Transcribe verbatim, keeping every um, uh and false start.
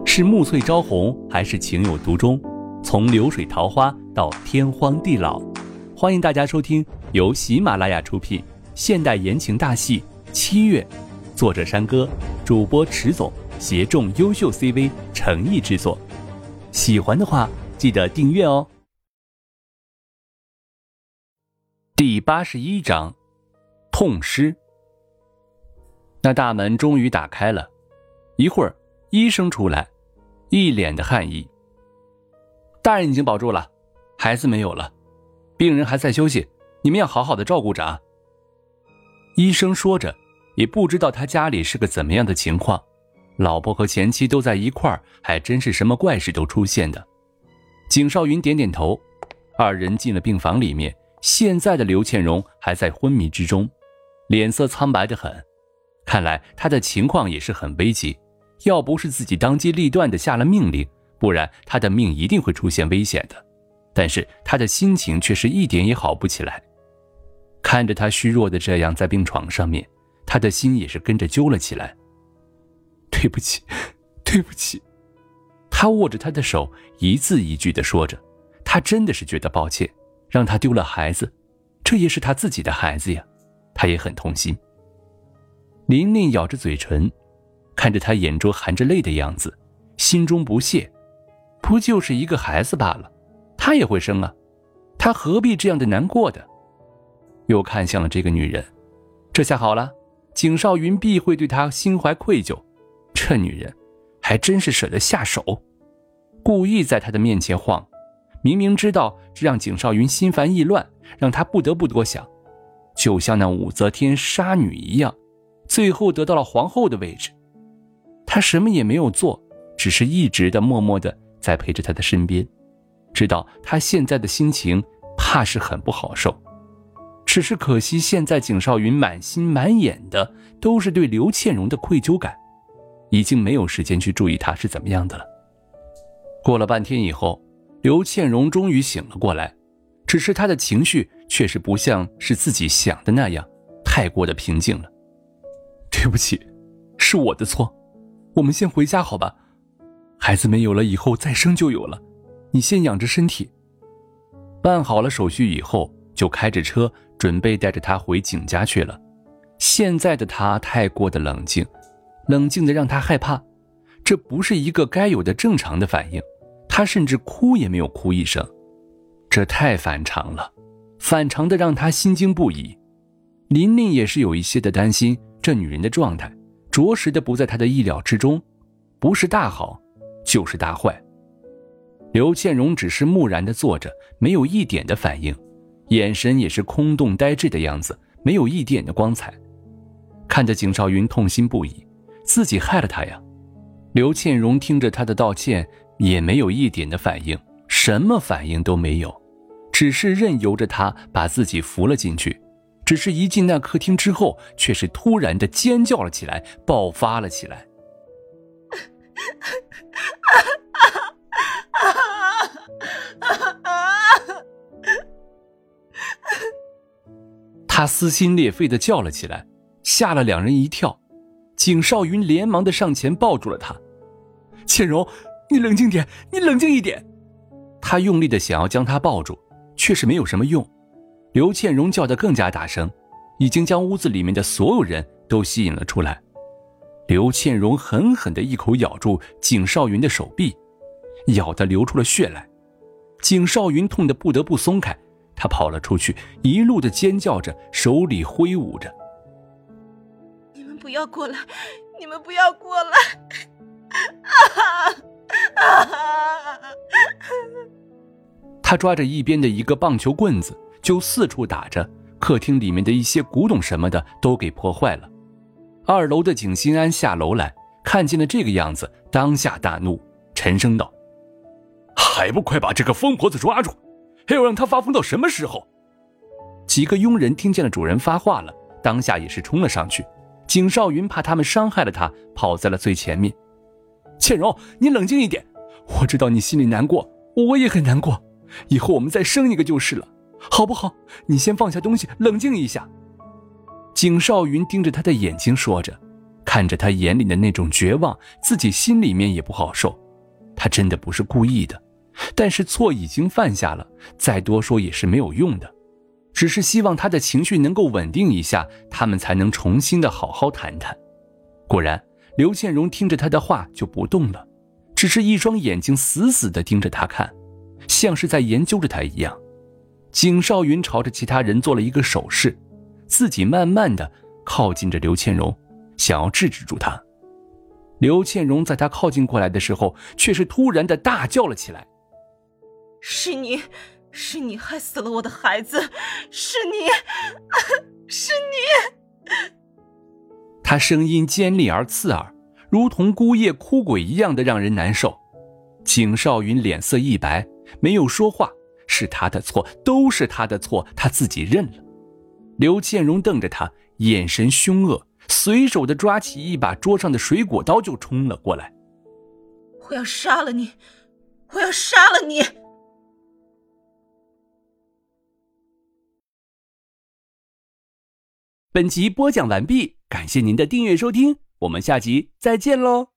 是暮翠朝红，还是情有独钟？从流水桃花到天荒地老，欢迎大家收听由喜马拉雅出品现代言情大戏《七月》，作者山歌，主播迟总，协众优秀 C V 诚意制作。喜欢的话记得订阅哦。第八十一章，痛失。那大门终于打开了，一会儿医生出来，一脸的汗意。大人已经保住了，孩子没有了，病人还在休息，你们要好好的照顾着啊。医生说着，也不知道他家里是个怎么样的情况，老婆和前妻都在一块儿，还真是什么怪事都出现的。景少云点点头，二人进了病房里面。现在的刘倩蓉还在昏迷之中，脸色苍白得很，看来她的情况也是很危急，要不是自己当机立断地下了命令，不然她的命一定会出现危险的。但是她的心情却是一点也好不起来，看着她虚弱的这样在病床上面，她的心也是跟着揪了起来。对不起，对不起。她握着她的手，一字一句地说着，她真的是觉得抱歉，让他丢了孩子，这也是他自己的孩子呀，他也很痛心。琳琳咬着嘴唇，看着他眼中含着泪的样子，心中不屑，不就是一个孩子罢了，他也会生啊，他何必这样的难过的？又看向了这个女人，这下好了，景少云必会对他心怀愧疚，这女人还真是舍得下手，故意在他的面前晃，明明知道这让景少云心烦意乱，让他不得不多想，就像那武则天杀女一样，最后得到了皇后的位置。他什么也没有做，只是一直的默默的在陪着他的身边，知道他现在的心情怕是很不好受。只是可惜现在景少云满心满眼的都是对刘倩蓉的愧疚感，已经没有时间去注意她是怎么样的了。过了半天以后，刘倩蓉终于醒了过来，只是她的情绪却是不像是自己想的那样太过的平静了。对不起，是我的错，我们先回家好吧，孩子没有了以后再生就有了，你先养着身体。办好了手续以后，就开着车准备带着她回景家去了。现在的她太过的冷静，冷静的让她害怕，这不是一个该有的正常的反应，他甚至哭也没有哭一声，这太反常了，反常的让他心惊不已。琳琳也是有一些的担心，这女人的状态着实的不在她的意料之中，不是大好就是大坏。刘倩蓉只是木然的坐着，没有一点的反应，眼神也是空洞呆滞的样子，没有一点的光彩。看着景少云痛心不已，自己害了他呀。刘倩蓉听着他的道歉，也没有一点的反应，什么反应都没有，只是任由着他把自己扶了进去。只是一进那客厅之后，却是突然的尖叫了起来，爆发了起来。他撕心裂肺的叫了起来，吓了两人一跳。景少云连忙的上前抱住了他。倩蓉，你冷静点，你冷静一点。他用力的想要将他抱住，却是没有什么用。刘倩蓉叫得更加大声，已经将屋子里面的所有人都吸引了出来。刘倩蓉狠狠的一口咬住景少云的手臂，咬得流出了血来。景少云痛得不得不松开，他跑了出去，一路的尖叫着，手里挥舞着。 你们不要过来，你们不要过来。 他抓着一边的一个棒球棍子，就四处打着，客厅里面的一些古董什么的都给破坏了。二楼的景心安下楼来，看见了这个样子，当下大怒，沉声道：还不快把这个疯婆子抓住，还要让她发疯到什么时候？几个佣人听见了主人发话了，当下也是冲了上去。景少云怕他们伤害了他，跑在了最前面。倩蓉，你冷静一点，我知道你心里难过，我也很难过，以后我们再生一个就是了，好不好？你先放下东西，冷静一下。景少云盯着他的眼睛说着， 看着他眼里的那种绝望，自己心里面也不好受。他真的不是故意的，但是错已经犯下了，再多说也是没有用的。只是希望他的情绪能够稳定一下，他们才能重新的好好谈谈。果然，刘倩蓉听着他的话就不动了，只是一双眼睛死死地盯着他看，像是在研究着他一样。景少云朝着其他人做了一个手势，自己慢慢地靠近着刘倩蓉，想要制止住他。刘倩蓉在他靠近过来的时候，却是突然地大叫了起来： 是你，是你害死了我的孩子，是你，是你！ 他声音尖利而刺耳，如同孤夜哭鬼一样的让人难受。景少云脸色一白，没有说话，是他的错，都是他的错，他自己认了。刘倩蓉瞪着他，眼神凶恶，随手的抓起一把桌上的水果刀就冲了过来。 我要杀了你，我要杀了你！ 本集播讲完毕，感谢您的订阅收听，我们下集再见喽。